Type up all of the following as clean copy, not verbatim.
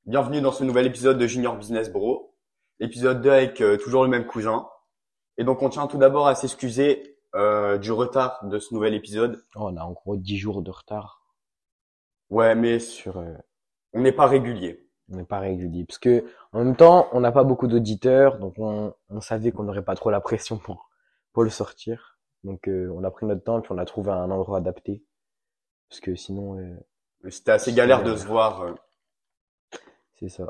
Bienvenue dans ce nouvel épisode de Junior Business Bro. Épisode 2 avec toujours le même cousin. Et donc on tient tout d'abord à s'excuser du retard de ce nouvel épisode. Oh, on a en gros 10 jours de retard Ouais, mais sur, on n'est pas régulier. on n'est pas régulier. Parce que, en même temps, on n'a pas beaucoup d'auditeurs, donc on savait qu'on n'aurait pas trop la pression pour le sortir. Donc, on a pris notre temps, puis on a trouvé un endroit adapté. Parce que sinon, C'était assez c'est galère de se galère. voir. C'est ça.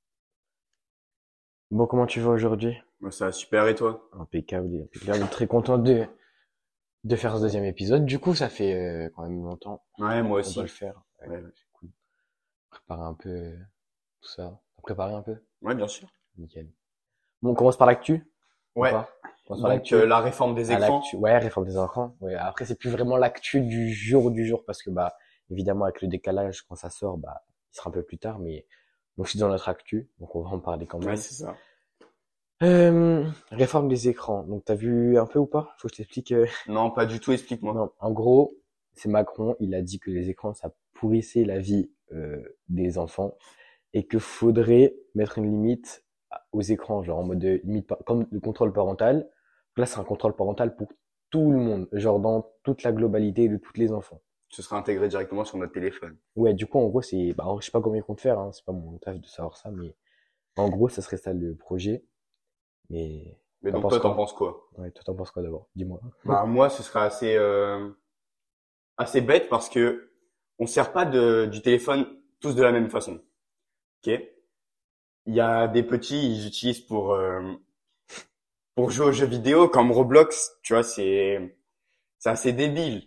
Bon, comment tu vas aujourd'hui? Ça va super et toi? Impeccable, impeccable. Très content de faire ce deuxième épisode. Du coup, ça fait quand même longtemps Ouais, moi qu'on doit aussi. le faire. Ouais, Ouais, c'est cool. Préparer un peu tout ça. T'as préparé un peu? ouais, bien sûr. Nickel. Bon, on commence par l'actu, ou Ouais. pas? On commence par Donc l'actu. la réforme des À écrans. l'actu. Ouais, réforme des enfants. Ouais. Après, c'est plus vraiment l'actu du jour, parce que, bah, évidemment, avec le décalage, quand ça sort, bah, il sera un peu plus tard, mais, donc, c'est dans notre actu. Donc, on va en parler quand Ouais, même. c'est ça. Réforme des écrans. Donc, t'as vu un peu ou pas? Faut que je t'explique, Non, pas du tout. Explique-moi. Non. En gros, c'est Macron, il a dit que les écrans, ça pourrissait la vie, des enfants et que faudrait mettre une limite aux écrans, genre en mode de limite comme le contrôle parental. Là, c'est un contrôle parental pour tout le monde, genre dans toute la globalité de tous les enfants. Ce sera intégré directement sur notre téléphone. Ouais, du coup, en gros, c'est, bah, je sais pas combien ils comptent faire, hein, c'est pas mon taf de savoir ça, mais en gros, ça serait ça le projet. Mais Mais t'en donc penses toi, t'en quoi? penses quoi? Ouais, toi, t'en penses quoi d'abord? Dis-moi. Bah moi, ce serait assez bête parce que on sert pas du téléphone tous de la même façon. Ok? Il y a des petits, ils utilisent pour jouer aux jeux vidéo comme Roblox, tu vois, c'est assez débile.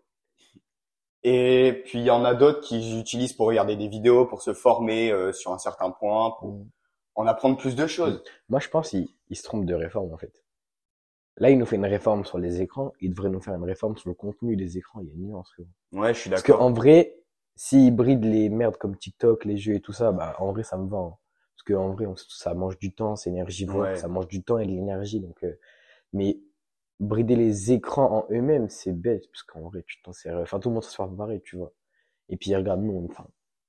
Et puis il y en a d'autres qui utilisent pour regarder des vidéos, pour se former sur un certain point, pour Mm. en apprendre plus de Mm. choses. Moi, je pense qu'il se trompe de réforme, en fait. Là, il nous fait une réforme sur les écrans, il devrait nous faire une réforme sur le contenu des écrans, il y a une nuance, frérot. Ouais, je suis Parce que en d'accord. vrai, s'ils brident les merdes comme TikTok, les jeux et tout ça, bah en vrai ça me va, hein. Parce que en vrai, ça mange du temps, c'est énergivore, Ouais. ça mange du temps et de l'énergie. Donc, mais brider les écrans en eux-mêmes, c'est bête, parce qu'en vrai, tu t'en sers. Enfin, tout le monde se fait pareil, tu vois. Et puis regarde, nous, enfin,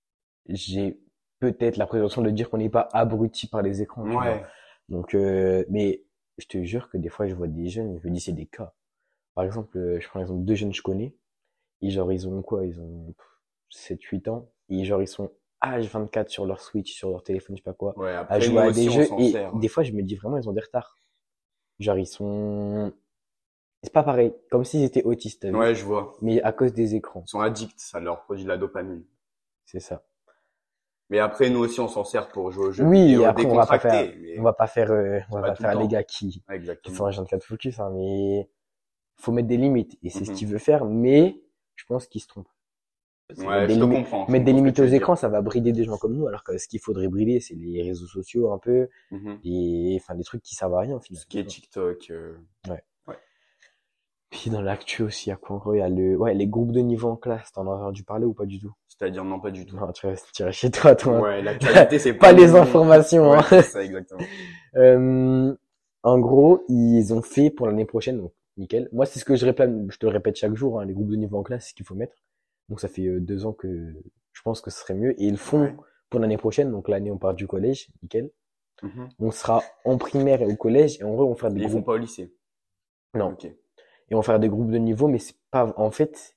j'ai peut-être la présomption de dire qu'on n'est pas abruti par les écrans, tu vois. Ouais. Donc, mais je te jure que des fois, je vois des jeunes, je me dis c'est des cas. Par exemple, je prends l'exemple de deux jeunes que je connais. Et genre, ils ont quoi? Ils ont 7, 8 ans. Et genre, ils sont H24 sur leur Switch, sur leur téléphone, je sais pas quoi, Ouais, à après, nous jouer à aussi, des on jeux. s'en Et sert. des fois, je me dis vraiment, ils ont des retards. Genre, ils sont... C'est pas pareil. Comme s'ils étaient autistes, t'as vu? Ouais, je vois. Mais à cause des écrans. Ils sont addicts, ça leur produit de la dopamine. C'est ça. Mais après, nous aussi, on s'en sert pour jouer aux jeux Oui, vidéo après, décontractés, on mais va pas faire, on c'est va pas pas tout le faire les temps. gars Ouais, qui font exactement. un 24 focus, hein, mais faut mettre des limites. Et c'est ce Mhm. qu'il veut faire, mais je pense qu'il se trompe. Parce que Ouais, je te comprends. Je mettre des comprends ce que limites tu aux veux dire. écrans, ça va brider des gens comme nous, alors que ce qu'il faudrait brider, c'est les réseaux sociaux un peu, Mhm. et enfin des trucs qui servent à rien au Tout final, ce qui tu est vois. TikTok. Ouais. Ouais. Puis dans l'actu aussi, il y a quoi encore? Il y a les groupes de niveau en classe. T'en as entendu parler ou pas du tout? C'est-à-dire, non, pas du tout. Non, tu restes chez toi, toi. Ouais, l'actualité, c'est Pas pas les nous. informations, Ouais, hein. c'est ça, exactement. Euh, En gros, ils ont fait pour l'année prochaine, donc nickel. Moi, c'est ce que je répète, je te le répète chaque jour, hein, les groupes de niveau en classe, c'est ce qu'il faut mettre. Donc ça fait 2 ans que je pense que ce serait mieux. Et ils le font Ouais. pour l'année prochaine, donc l'année on part du collège, nickel. Mhm. On sera en primaire et au collège, et en vrai, on va faire des Et ils font groupes. pas au lycée. Non. Ok. Et on va faire des groupes de niveau, mais c'est pas, en fait,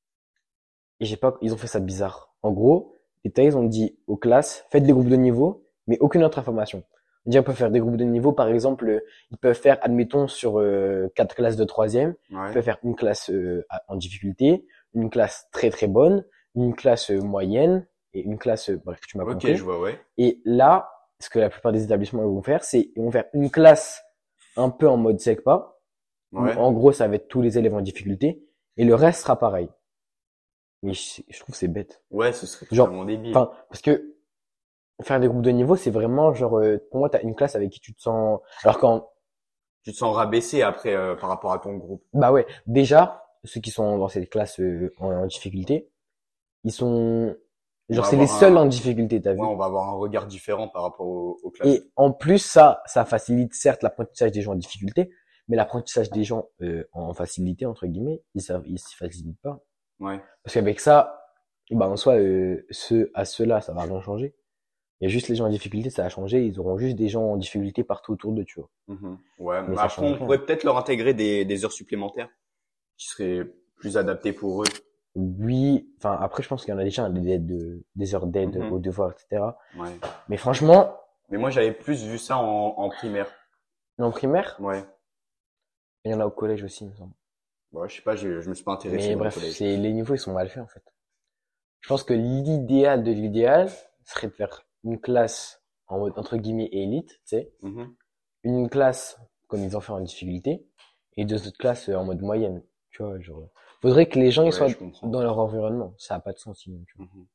et j'ai pas, ils ont fait ça bizarre. En gros, les TAIS ont dit aux classes, faites des groupes de niveau, mais aucune autre information. Déjà, on peut faire des groupes de niveau, par exemple, ils peuvent faire, admettons, sur 4 classes de troisième, ils Ouais. peuvent faire une classe en difficulté, une classe très très bonne, une classe moyenne, et une classe, bref, tu m'as Ok, je compris. vois, ouais. Et là, ce que la plupart des établissements vont faire, c'est ils vont faire une classe un peu en mode SECPA, où Ouais. en gros, ça va être tous les élèves en difficulté, et le reste sera pareil. Mais je trouve que c'est bête. Ouais, ce serait Genre, totalement débile. enfin, parce que faire des groupes de niveau, c'est vraiment genre, pour moi, t'as une classe avec qui tu te sens. Alors quand, Tu te sens rabaissé après par rapport à ton groupe. bah ouais, déjà ceux qui sont dans cette classe en difficulté, ils sont, On genre va c'est les avoir seuls en un, difficulté, t'as ouais, vu. on va avoir un regard différent par rapport aux classes. Et en plus, ça facilite certes l'apprentissage des gens en difficulté, mais l'apprentissage des gens en facilité entre guillemets, ils se facilitent pas. Ouais. Parce qu'avec ça, bah en soi, ceux à ceux-là, ça va rien changer. Il y a juste les gens en difficulté, ça a changé. Ils auront juste des gens en difficulté partout autour d'eux, tu vois. Ouais, Mais mais ça après, change on rien. pourrait peut-être leur intégrer des heures supplémentaires qui seraient plus adaptées pour eux. Oui, enfin, après, je pense qu'il y en a déjà des heures d'aide aux Mhm. devoirs, etc. Ouais. Mais franchement, Mais moi, j'avais plus vu ça en primaire. en primaire, Ouais. il y en a au collège aussi, il me semble. Ouais, je sais pas, je me suis pas intéressé Mais dans le bref, collège. les niveaux, ils sont mal faits, en fait. Je pense que l'idéal de l'idéal serait de faire une classe en mode, entre guillemets, élite, tu sais. Mhm. Une classe comme ils ont fait en difficulté et deux autres classes en mode moyenne. Tu vois, genre, faudrait que les gens ils Ouais, soient je comprends. dans leur environnement. Ça a pas de sens sinon, tu vois. Mhm.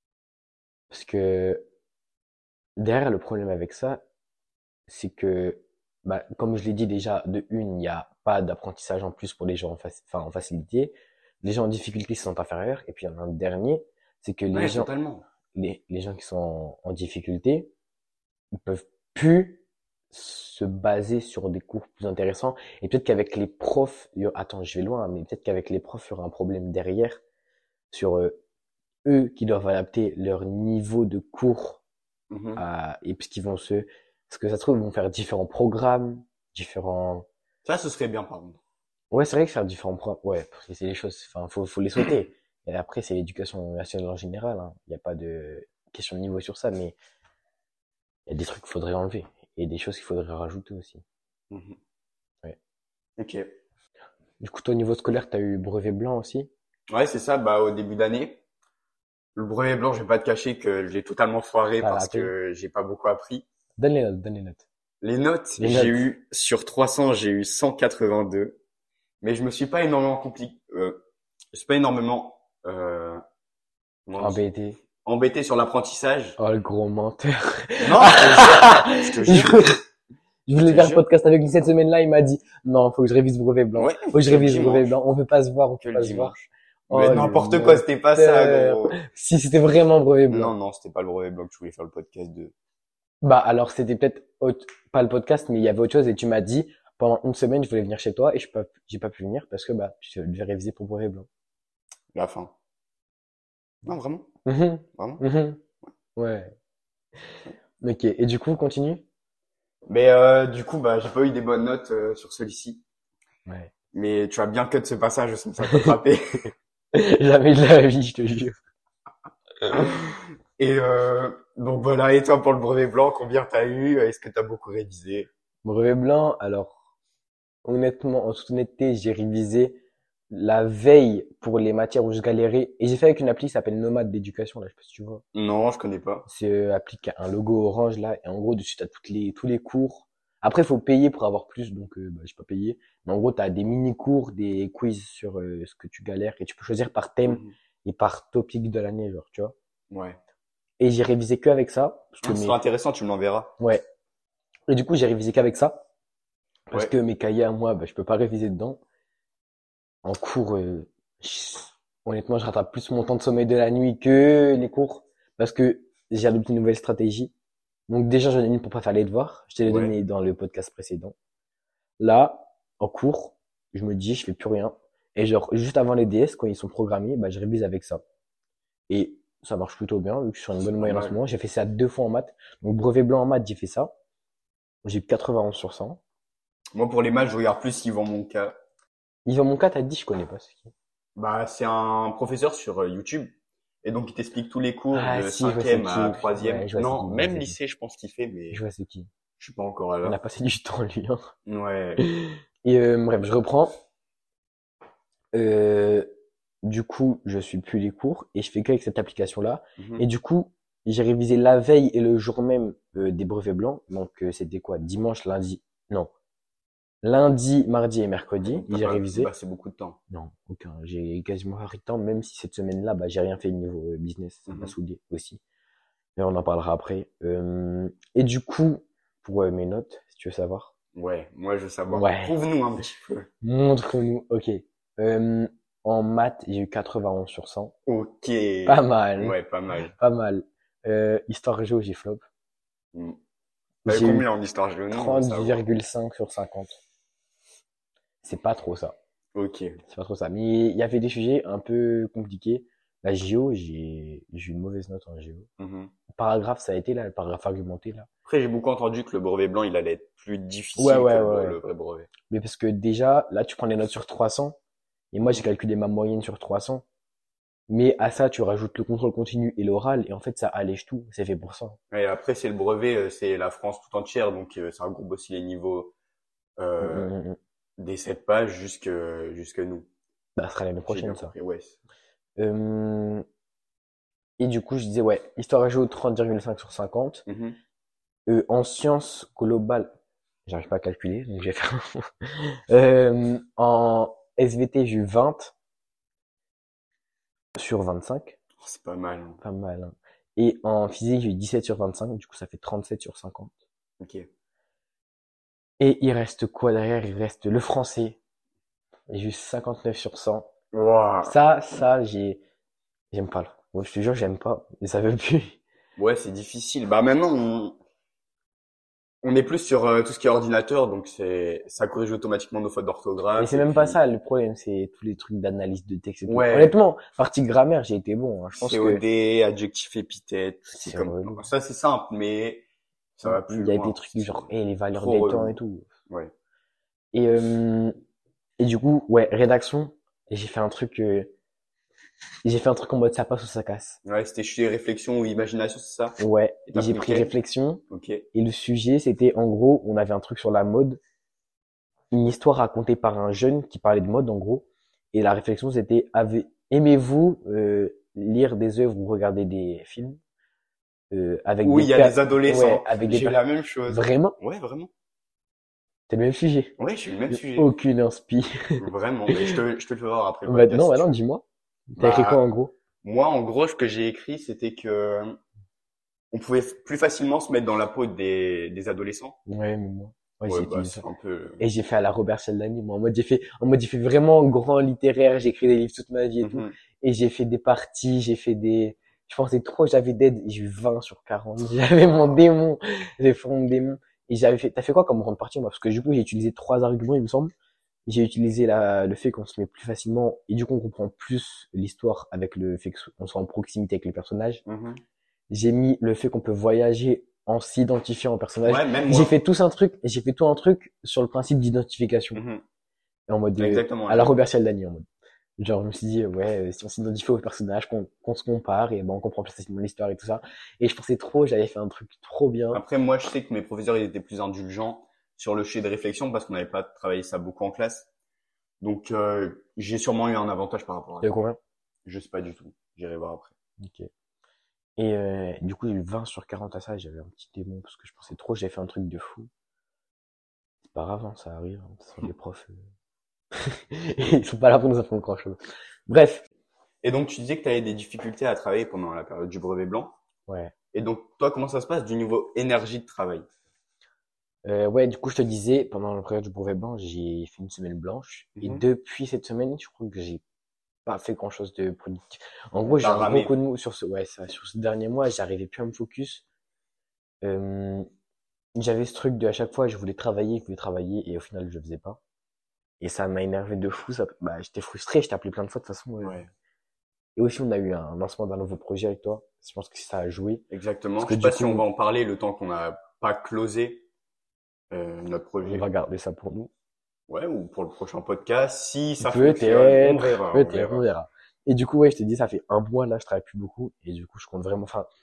Parce que derrière le problème avec ça, c'est que, bah, comme je l'ai dit déjà, de une, il n'y a pas d'apprentissage en plus pour les gens en facilité. Les gens en difficulté sont inférieurs. Et puis, il y en a un dernier, c'est que Ouais, totalement. les gens qui sont en difficulté, ils peuvent plus se baser sur des cours plus intéressants. Et peut-être qu'avec les profs, attends, je vais loin, mais peut-être qu'avec les profs, il y aura un problème derrière sur eux qui doivent adapter leur niveau de cours Mhm. et puisqu'ils vont parce que ça se trouve, ils vont faire différents programmes, différents, Ça, ce serait bien, par contre. ouais, c'est vrai que faire différents programmes, ouais, parce que c'est les choses, enfin, faut les sauter. Et après, c'est l'éducation nationale en général, hein. Il n'y a pas de question de niveau sur ça, mais il y a des trucs qu'il faudrait enlever et des choses qu'il faudrait rajouter aussi. Mhm. Ouais. Ok. Du coup, toi, au niveau scolaire, t'as eu brevet blanc aussi? Ouais, c'est ça, bah, au début d'année. Le brevet blanc, je vais pas te cacher que je l'ai totalement foiré T'as parce raté? que j'ai pas beaucoup appris. Donne les notes, donne les notes. Les notes, Les notes. sur 300, j'ai eu 182. Mais je me suis pas énormément compliqué, je suis pas énormément, comment on dit, Embêté. embêté sur l'apprentissage. Oh, le gros menteur. Non, je te jure, Je je voulais te faire un jure. podcast avec lui cette semaine-là, il m'a dit, non, faut que je révise brevet blanc. Ouais, Faut que je que le révise brevet dimanche, blanc. On peut pas se voir, on peut que le pas se voir. dimanche. Mais Oh, le n'importe quoi, c'était pas ça, menteur. gros. Si c'était vraiment brevet Non, blanc. non, c'était pas le brevet blanc que je voulais faire le podcast de. Bah, alors, c'était peut-être pas le podcast, mais il y avait autre chose et tu m'as dit, pendant une semaine, je voulais venir chez toi et j'ai pas pu venir parce que, bah, je devais réviser pour brevet blanc. La fin. Non, vraiment, Mhm, vraiment. mhm. Ouais. Ok. Et du coup, continue? Mais du coup, bah, j'ai pas eu des bonnes notes sur celui-ci. Ouais. Mais tu as bien cut ce passage sans ça t'attraper. Jamais de la vie, je te jure. Et donc voilà. Et toi pour le brevet blanc, combien t'as eu? Est-ce que t'as beaucoup révisé? Brevet blanc, alors, honnêtement, en toute honnêteté, j'ai révisé la veille pour les matières où je galérais. Et j'ai fait avec une appli qui s'appelle Nomade d'éducation, là, je sais pas si tu vois. Non, je connais pas. C'est appli qui a un logo orange, là. Et en gros, dessus, t'as tous les cours. Après, il faut payer pour avoir plus, donc bah, j'ai pas payé. Mais en gros, t'as des mini-cours, des quiz sur ce que tu galères. Et tu peux choisir par thème Mhm. et par topic de l'année, genre, tu vois. Ouais. Et j'ai révisé que avec ça. Parce que Ce sera intéressant, tu me l'enverras. ouais. Et du coup, j'ai révisé qu'avec ça. Parce Ouais. que mes cahiers à moi, bah, je peux pas réviser dedans. En cours, je- honnêtement, je rattrape plus mon temps de sommeil de la nuit que les cours. Parce que j'ai adopté une nouvelle stratégie. Donc déjà, j'en ai une pour pas faire les devoirs. Je te l'ai Ouais. donné dans le podcast précédent. Là, en cours, je me dis, je fais plus rien. Et genre, juste avant les DS, quand ils sont programmés, bah, je révise avec ça. Et ça marche plutôt bien, vu que je suis sur une bonne Pas moyenne en ce mal. moment. J'ai fait ça 2 fois en maths. Donc brevet blanc en maths, j'ai fait ça. J'ai eu 91 sur 100. Moi pour les maths, je regarde plus Yvan Monca. Yvan Monca, t'as dit, je connais pas ce qui. Bah c'est un professeur sur YouTube. Et donc il t'explique tous les cours Ah de si, je vois c'est cinquième à qui. troisième. Ouais, je vois c'est Non, qui, je vois même c'est qui. lycée, je pense qu'il fait, mais Je vois c'est qui. je suis pas encore On a là. passé du temps, lui, hein. Ouais. Et bref, je reprends. Euh, du coup, je suis plus les cours et je fais qu'avec cette application-là. Mhm. Et du coup, j'ai révisé la veille et le jour même des brevets blancs. Donc, c'était quoi? Dimanche, lundi? Non. Lundi, mardi et mercredi. Donc t'as J'ai pas révisé. passé beaucoup de temps. Non, aucun. J'ai quasiment pas pris de temps, même si cette semaine-là, bah, j'ai rien fait niveau business. Ça m'a Mhm. saoulé aussi. Mais on en parlera après. Et du coup, pour mes notes, si tu veux savoir. Ouais, moi je veux savoir. Ouais. Prouve-nous un petit peu. Montre-nous. Ok. Euh, en maths, j'ai eu 91 sur 100. Ok. Pas mal. Ouais, pas mal. Pas mal. Histoire et géo, j'ai flop. Mm. T'avais J'ai eu combien en histoire géo? Nous, on veut savoir. 30,5 sur 50. C'est pas trop ça. Ok. C'est pas trop ça. Mais il y avait des sujets un peu compliqués. La géo, j'ai eu une mauvaise note en géo. Mhm. Paragraphe, ça a été là, le paragraphe argumenté là. Après, j'ai beaucoup entendu que le brevet blanc, il allait être plus Ouais, difficile que ouais, ouais, ouais. le vrai brevet. Mais parce que déjà, là, tu prends les notes sur 300, et moi, j'ai Mhm. calculé ma moyenne sur 300. Mais à ça, tu rajoutes le contrôle continu et l'oral, et en fait, ça allège tout. C'est fait pour ça. Et après, c'est le brevet, c'est la France tout entière, donc ça regroupe aussi les niveaux Mm, euh, mm, mm. des 7 pages jusque nous. Bah, ça sera l'année J'ai bien prochaine, ça. compris, ouais. Euh, et du coup, je disais, ouais, histoire et géo 30,5 sur 50. Mhm. En sciences globales, j'arrive pas à calculer, donc j'ai fait en SVT, j'ai eu 20 sur 25. Oh, c'est pas mal, hein. Pas mal, hein. Et en physique, j'ai eu 17 sur 25, du coup, ça fait 37 sur 50. Ok. Et il reste quoi derrière? Il reste le français. J'ai eu 59 sur 100. Ouah. Ça, j'aime pas, là. Moi, je te jure, j'aime pas. Mais ça veut plus. Ouais, c'est difficile. Bah maintenant, on est plus sur tout ce qui est ordinateur, donc ça corrige automatiquement nos fautes Mais d'orthographe c'est et même pas puis ça, le problème, c'est tous les trucs d'analyse de texte et tout. ouais, Honnêtement, partie grammaire, j'ai été bon, hein. Je pense que COD, adjectif épithète, tout ce qui est c'est comme relou. ça c'est simple, mais ça va plus Il y a des loin. trucs C'est genre, les valeurs trop des temps et relou. tout. Ouais. Et, euh, et du coup, ouais, rédaction, j'ai fait un truc, j'ai fait un truc en mode ça passe ou ça casse. Ouais, c'était chez réflexion ou imagination, c'est ça? Ouais, Et et t'as j'ai pris pris lequel? réflexion, Ok. et le sujet, c'était, en gros, on avait un truc sur la mode, une histoire racontée par un jeune qui parlait de mode, en gros, et la réflexion, c'était, aimez-vous, lire des œuvres ou regarder des films, avec Oui, des il y a des ouais, adolescents. avec des J'ai eu la même chose. vraiment, Ouais, vraiment. c'est le même sujet. Ouais, j'ai eu le même sujet. Aucune inspi. Vraiment. Mais je te le fais voir après le Non, podcast si bah non, tu veux. dis-moi. T'as écrit quoi, en Bah, gros? moi, en gros, ce que j'ai écrit, c'était que on pouvait plus facilement se mettre dans la peau des adolescents. Ouais, mais moi. Ouais, Ouais, j'ai bah, utilisé ça. c'est un peu, Et j'ai fait à la Robert Cialdini, moi. En mode, j'ai fait vraiment grand littéraire. J'ai écrit des livres toute ma vie et tout. mhm. Et j'ai fait des parties, je pensais trop, j'avais d'aide. J'ai eu 20 sur 40. J'avais mon démon. J'ai fait mon démon. Et t'as fait quoi comme grande partie, moi? Parce que du coup, j'ai utilisé 3 arguments, il me semble. J'ai utilisé le fait qu'on se met plus facilement, et du coup, on comprend plus l'histoire avec le fait qu'on soit en proximité avec les personnages. Mhm. J'ai mis le fait qu'on peut voyager en s'identifiant au personnage. Ouais, même J'ai moi. fait j'ai fait tout un truc sur le principe d'identification. Mhm. Et en mode, Exactement à la la même. Robert Cialdini, en mode. Genre, je me suis dit, ouais, si on s'identifie au personnage, qu'on se compare, et ben, on comprend plus facilement l'histoire et tout ça. Et je pensais trop, j'avais fait un truc trop bien. Après, moi, je sais que mes professeurs, ils étaient plus indulgents sur le sujet de réflexion parce qu'on n'avait pas travaillé ça beaucoup en classe. Donc, j'ai sûrement eu un avantage par rapport à T'as eu toi. combien? Je sais pas du tout. J'irai voir après. Ok. Et du coup, j'ai eu 20 sur 40 à ça, et j'avais un petit démon, parce que je pensais trop, j'avais fait un truc de fou. C'est pas grave, hein, ça arrive, hein, ce sont des profs. Ils sont pas là pour nous apprendre grand chose. Bref. Et donc, tu disais que tu avais des difficultés à travailler pendant la période du brevet blanc. Ouais. Et donc, toi, comment ça se passe du niveau énergie de travail? Ouais, du coup, je te disais, pendant la période du brevet blanc, j'ai fait une semaine blanche. Et Mhm. depuis cette semaine, je crois que j'ai pas fait grand chose de productif. En gros, j'ai T'as un gros ramé. coup de mou sur ce dernier mois, j'arrivais plus à me focus. Euh, J'avais ce truc de à chaque fois, je voulais travailler, et au final, je le faisais pas. Et ça m'a énervé de fou, bah, j'étais frustré, je t'ai appelé plein de fois de toute façon. Ouais, Et aussi, on a eu un lancement d'un nouveau projet avec toi. Je pense que ça a joué. Parce exactement. que Je sais du pas si on va coup, en parler le temps qu'on n'a pas closé notre on projet. va garder ça pour nous. Ouais, ou pour le prochain podcast. Si ça fonctionne, on Peut-être, verra, on peut-être, on verra. verra. Et du coup, ouais, je te dis, ça fait un mois, là, je travaille plus beaucoup. Et du coup, je compte vraiment, enfin,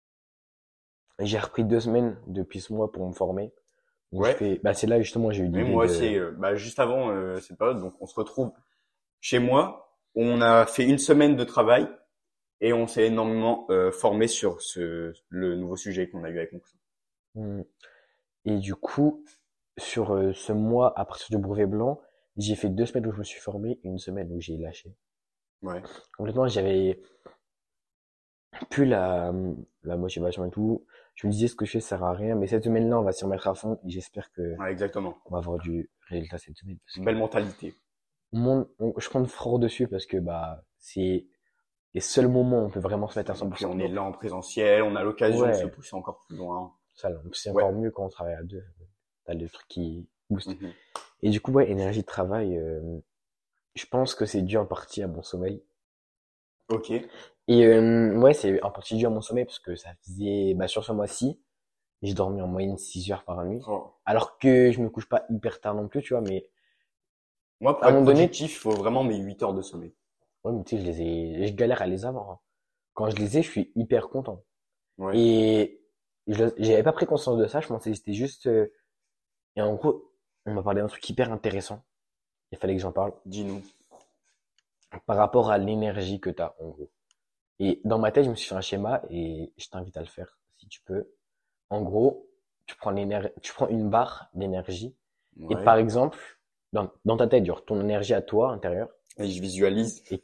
j'ai repris 2 semaines depuis ce mois pour me former. Donc, Ouais, bah, c'est là, justement, j'ai eu mais l'idée moi de, aussi, bah, juste avant cette période, donc on se retrouve chez moi. On a fait une semaine de travail et on s'est énormément formé sur le nouveau sujet qu'on a eu avec mon cousin. Hmm. Et du coup, sur ce mois, à partir du brevet blanc, j'ai fait 2 semaines où je me suis formé et une semaine où j'ai lâché. Ouais, Complètement, j'avais plus la motivation et tout. Je me disais, ce que je fais sert à rien. Mais cette semaine-là, on va s'y remettre à fond et j'espère que ouais, exactement. on va avoir du résultat cette semaine. Parce que Belle mentalité. je compte fort dessus parce que, bah, c'est les seuls moments où on peut vraiment se mettre à Et puis 100% on est dedans. là en présentiel, on a l'occasion de se Ouais, pousser encore plus loin. ça, c'est Ouais. encore mieux quand on travaille à deux. T'as le truc qui booste. Mhm. Et du coup, ouais, énergie de travail, je pense que c'est dû en partie à mon sommeil. Ok. Et ouais, c'est en partie dû à mon sommeil parce que ça faisait, bah, sur ce mois-ci, j'ai dormi en moyenne 6 heures par nuit. Oh. Alors que je me couche pas hyper tard non plus, tu vois, mais Moi, pour à un être moment donné, productif, il faut vraiment mes 8 heures de sommeil. ouais, mais tu sais, je galère à les avoir, hein. Quand je les ai, je suis hyper content. Ouais. Et j'avais pas pris conscience de ça, je pensais que c'était juste, et en gros, on m'a parlé d'un truc hyper intéressant. Il fallait que j'en parle. Dis-nous. Par rapport à l'énergie que t'as, en gros. Et dans ma tête, je me suis fait un schéma et je t'invite à le faire, si tu peux. En gros, tu prends une barre d'énergie et Ouais. par exemple, dans ta tête, genre ton énergie à toi, intérieure, Et je visualise. et,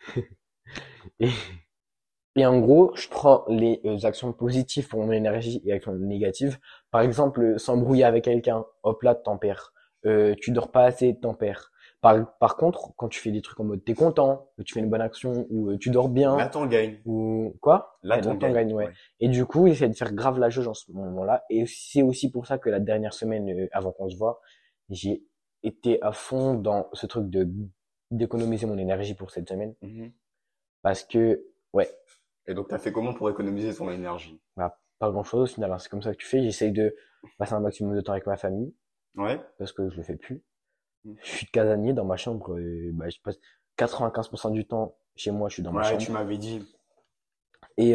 et, et en gros, je prends les actions positives pour mon énergie et actions négatives. Par exemple, s'embrouiller avec quelqu'un, hop là, t'en perds. Tu dors pas assez, t'en perds. Par contre, quand tu fais des trucs en mode t'es content, tu fais une bonne action, ou tu dors Là, bien, t'en gagnes. ou quoi? Là, Ouais, là, t'en t'en gagnes. gagnes, ouais. Ouais. Et du coup, j'essaie de faire grave la jauge en ce moment-là. Et c'est aussi pour ça que la dernière semaine, avant qu'on se voit, j'ai été à fond dans ce truc d'économiser mon énergie pour cette semaine. Mhm. Parce que, ouais, Et donc, t'as fait comment pour économiser son énergie? bah, pas grand-chose au final, hein. C'est comme ça que tu fais. J'essaie de passer un maximum de temps avec ma famille, Ouais. parce que je le fais plus. Mhm. Je suis casanier dans ma chambre, bah, je passe 95% du temps chez moi, je suis dans ma Ouais, tu chambre. m'avais dit. Et,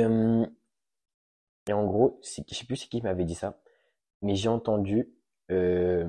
en gros, je sais plus c'est qui m'avait dit ça, mais j'ai entendu, euh,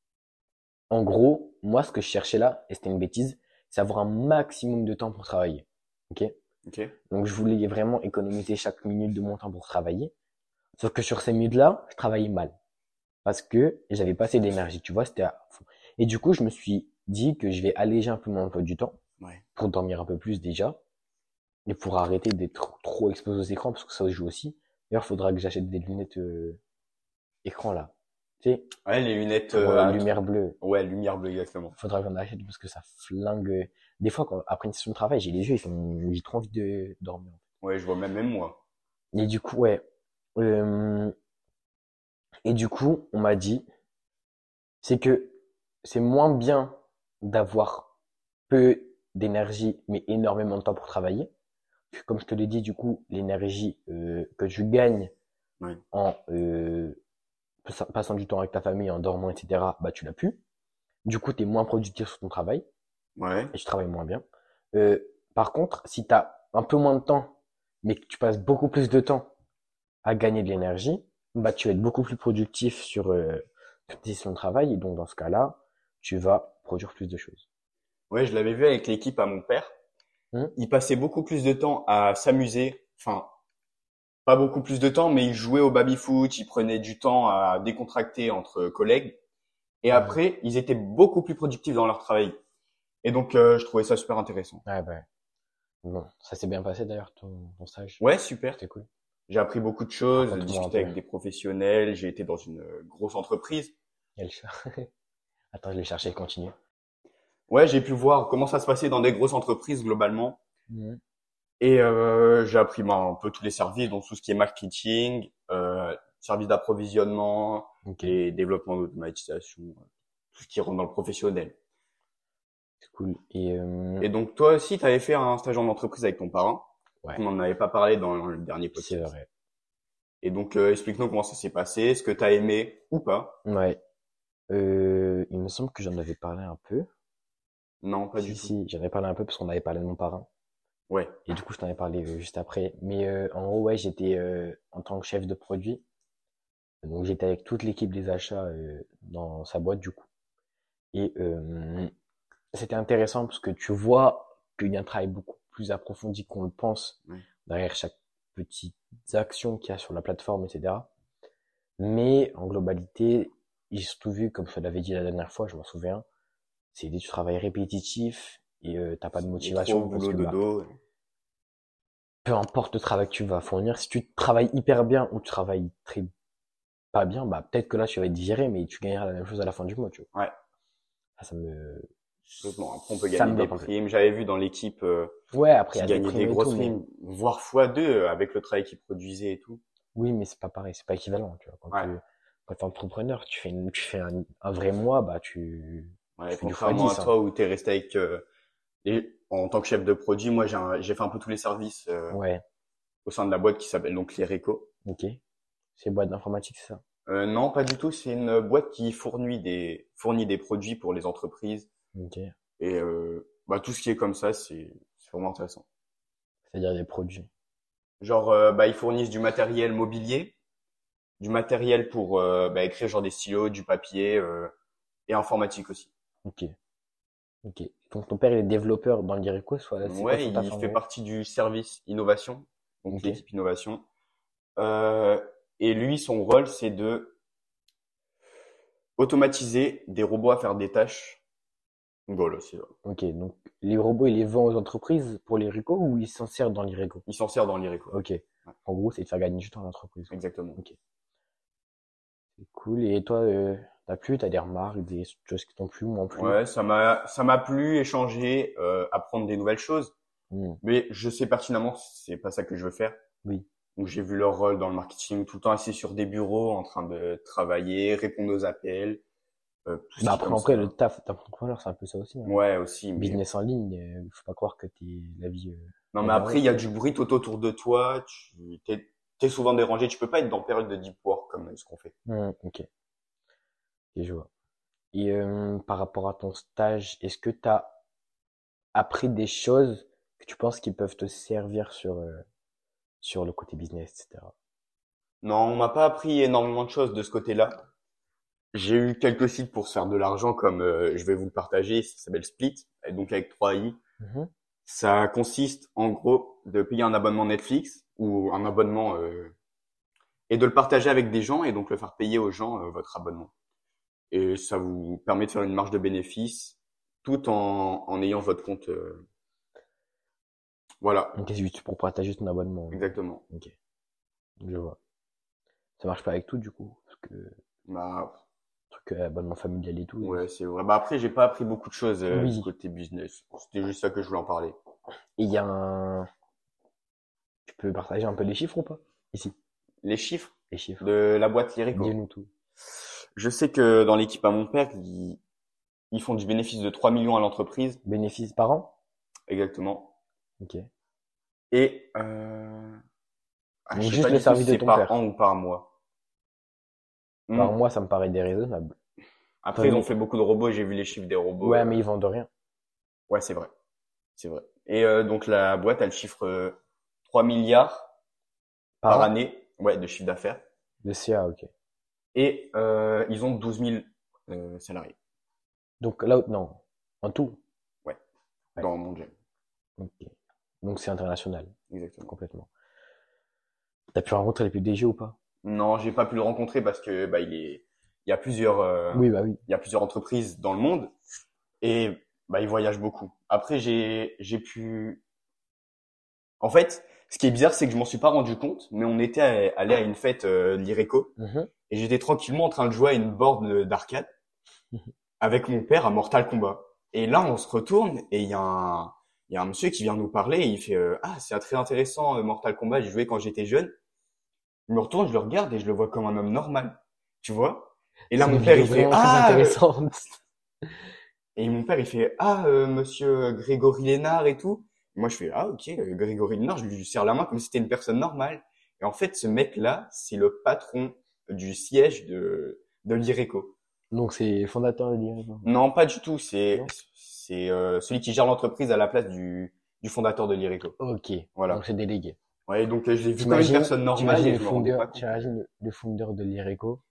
en gros, moi, ce que je cherchais là, et c'était une bêtise, c'est avoir un maximum de temps pour travailler. Ok? Ok. Donc, je voulais vraiment économiser chaque minute de mon temps pour travailler. Sauf que sur ces minutes-là, je travaillais mal. Parce que j'avais pas assez d'énergie, tu vois, c'était à fond. Et du coup, je me suis dit que je vais alléger un peu mon emploi du temps Ouais. pour dormir un peu plus déjà et pour arrêter d'être trop exposé aux écrans parce que ça se joue aussi. D'ailleurs, il faudra que j'achète des lunettes écran là. Tu sais, Ouais, les lunettes pour lumière bleue. Ouais, lumière bleue, exactement. Faudra que j'en achète parce que ça flingue. Des fois, après une session de travail, j'ai les yeux, j'ai trop envie de dormir. Ouais, je vois même moi. Et du coup, ouais. Euh, et du coup, on m'a dit, c'est que c'est moins bien d'avoir peu d'énergie, mais énormément de temps pour travailler. Comme je te l'ai dit, du coup, l'énergie que tu gagnes Ouais. en passant du temps avec ta famille, en dormant, etc., bah tu l'as plus. Du coup, tu es moins productif sur ton travail Ouais. et tu travailles moins bien. Euh, Par contre, si tu as un peu moins de temps, mais que tu passes beaucoup plus de temps à gagner de l'énergie, bah tu vas être beaucoup plus productif sur tes sessions de travail et donc dans ce cas-là, tu vas produire plus de choses. Ouais, je l'avais vu avec l'équipe à mon père. Hmm. Il passait beaucoup plus de temps à s'amuser. Enfin, pas beaucoup plus de temps, mais il jouait au baby-foot, il prenait du temps à décontracter entre collègues. Et Ouais, après, ils étaient beaucoup plus productifs dans leur travail. Et donc, je trouvais ça super intéressant. ouais, bah, bon, ça s'est bien passé d'ailleurs ton stage. Ouais, super. C'était cool. J'ai appris beaucoup de choses, Raconte-moi un discuté peu. avec des professionnels, j'ai été dans une grosse entreprise. Il y a le chat. Attends, je vais chercher, continue. Ouais, j'ai pu voir comment ça se passait dans des grosses entreprises globalement. Mhm. Et j'ai appris un peu tous les services, donc tout ce qui est marketing, services d'approvisionnement Ok, et développement d'automatisation, tout ce qui rentre dans le professionnel. c'est cool. Et Et donc toi aussi, tu avais fait un stage en entreprise avec ton parrain. ouais, On n'en avait pas parlé dans le dernier c'est podcast. vrai. Et donc explique-nous comment ça s'est passé, ce que tu as aimé ou pas. Ouais. Il me semble que j'en avais parlé un peu. Non, pas du Si, tout. si, j'en avais parlé un peu parce qu'on avait parlé de mon parrain. Ouais. Et du coup, je t'en ai parlé juste après. Mais en gros, ouais, j'étais en tant que chef de produit. Donc, j'étais avec toute l'équipe des achats dans sa boîte, du coup. Et c'était intéressant parce que tu vois qu'il y a un travail beaucoup plus approfondi qu'on le pense Ouais. derrière chaque petite action qu'il y a sur la plateforme, etc. Mais en globalité, j'ai surtout vu, comme je te l'avais dit la dernière fois, je m'en souviens, c'est du travail répétitif et t'as pas de Métro, motivation parce boulot, que bah dodo. peu importe le travail que tu vas fournir, si tu travailles hyper bien ou tu travailles très pas bien, bah peut-être que là tu vas être viré, mais tu gagneras la même chose à la fin du mois, tu vois. Ouais. Ça me Heureusement. Après, on peut ça gagner me des bloque un peu. primes. J'avais vu dans l'équipe Ouais, après il y qui a des gagnait primes des et tout, grosses mais primes, voire fois deux avec le travail qu'ils produisaient et tout. oui, mais c'est pas pareil, c'est pas équivalent, tu vois. Ouais. Quand t'es entrepreneur, tu fais un vrai mois, bah tu Ouais. fais du Contrairement à x10, hein. toi où t'es resté avec en tant que chef de produit, moi, j'ai fait un peu tous les services Ouais, au sein de la boîte qui s'appelle donc l'Ireco. ok. C'est boîte d'informatique, c'est ça? Non, pas du tout. C'est une boîte qui fournit des produits pour les entreprises Ok. et bah, tout ce qui est comme ça, c'est vraiment intéressant. C'est-à-dire des produits. Genre, bah, ils fournissent du matériel mobilier, du matériel pour bah, écrire genre des stylos, du papier et informatique aussi. Ok. Ok. Donc ton père il est développeur dans l'Irico, soit c'est quoi Ouais, son taf il en fait gros? partie du service innovation, donc Ok. l'équipe innovation. Euh, et lui, son rôle, c'est de automatiser des robots à faire des tâches. Voilà, c'est ça. Ok. Donc les robots il les vend aux entreprises pour l'Irico ou ils s'en servent dans l'Irico? Il s'en sert dans l'IRECO. Ok. En gros, c'est de faire gagner du temps à l'entreprise. Exactement. Ok. C'est cool. Et toi, t'as des remarques, des choses qui t'ont plu, moins plu? Ouais, ça m'a plu échanger, apprendre des nouvelles choses. Hmm. Mais je sais pertinemment que c'est pas ça que je veux faire. Oui. Donc j'ai vu leur rôle dans le marketing, tout le temps assis sur des bureaux, en train de travailler, répondre aux appels, tout ce Bah qui est après, comme en vrai, ça. le taf d'entrepreneur, c'est un peu ça aussi, hein. Ouais, aussi, mais Business en ligne, faut pas croire que non, la mais vie après il y rose. a du bruit tout autour de toi. T'es souvent dérangé. Tu peux pas être dans période de deep work comme ce qu'on fait. Ok. Et je vois. Et par rapport à ton stage, est-ce que t'as appris des choses que tu penses qui peuvent te servir sur le côté business, etc. Non, on m'a pas appris énormément de choses de ce côté-là. J'ai eu quelques sites pour se faire de l'argent, comme je vais vous le partager. Ça s'appelle Split, et donc avec 3 i. Mhm. Ça consiste en gros de payer un abonnement Netflix ou un abonnement et de le partager avec des gens et donc le faire payer aux gens votre abonnement. Et ça vous permet de faire une marge de bénéfice tout en ayant votre compte. Voilà, Donc, c'est juste pour partager ton abonnement, en gros. exactement. Ok, je vois. Ça marche pas avec tout, du coup, parce que Bah truc abonnement familial et tout. ouais, c'est vrai. Bah après, j'ai pas appris beaucoup de choses du Oui. côté business. C'était juste ça que je voulais en parler. Et il y a un... Tu peux partager un peu les chiffres ou pas? Ici, Les chiffres les chiffres. de la boîte Lyrico. Dis-nous tout. Je sais que dans l'équipe à mon père, ils font du bénéfice de 3 millions à l'entreprise, Bénéfices par an? exactement. Ok. Et je Donc sais juste pas le du tout si service de c'est ton par père. an ou par mois. Par Hmm. mois, ça me paraît déraisonnable. Enfin, Après, ils ont fait beaucoup de robots. J'ai vu les chiffres des robots. ouais, mais ils vendent rien. Ouais, c'est vrai. C'est vrai. Et donc la boîte, elle chiffre 3 milliards Par par an? année, ouais, de chiffre d'affaires. De CA, ok. Et ils ont 12 000 salariés. Donc là, non. En tout. Ouais, Ouais. dans mon gym. Ok. Donc c'est international, Exactement. complètement. T'as pu rencontrer les PDG ou pas? Non, j'ai pas pu le rencontrer parce que bah il y a plusieurs Oui, bah oui. il y a plusieurs entreprises dans le monde et bah il voyage beaucoup. Après j'ai pu en fait, ce qui est bizarre c'est que je m'en suis pas rendu compte, mais on était allé à une fête de l'Ireco Mhm. et j'étais tranquillement en train de jouer à une borne d'arcade avec mon père à Mortal Kombat. Et là, on se retourne et il y a un monsieur qui vient nous parler et il fait ah, c'est très intéressant Mortal Kombat, j'ai joué quand j'étais jeune. Je me retourne, je le regarde et je le vois comme un homme normal, tu vois. Et là, C'est une mon père, vidéo il fait vraiment très ah intéressante. et mon père, il fait ah monsieur Grégory Lénard et tout. Et moi, je fais ah ok Grégory Lénard, je lui serre la main comme si c'était une personne normale. Et en fait, ce mec-là, c'est le patron du siège de l'Ireco. Donc c'est fondateur de l'Irico. Non, pas du tout. Non? C'est celui qui gère l'entreprise à la place du fondateur de l'Ireco. Ok. Donc Voilà. c'est délégué. Ouais, donc je l'ai vu comme une personne normale et je me rendais pas compte. T'imagines le founder de l'Irico,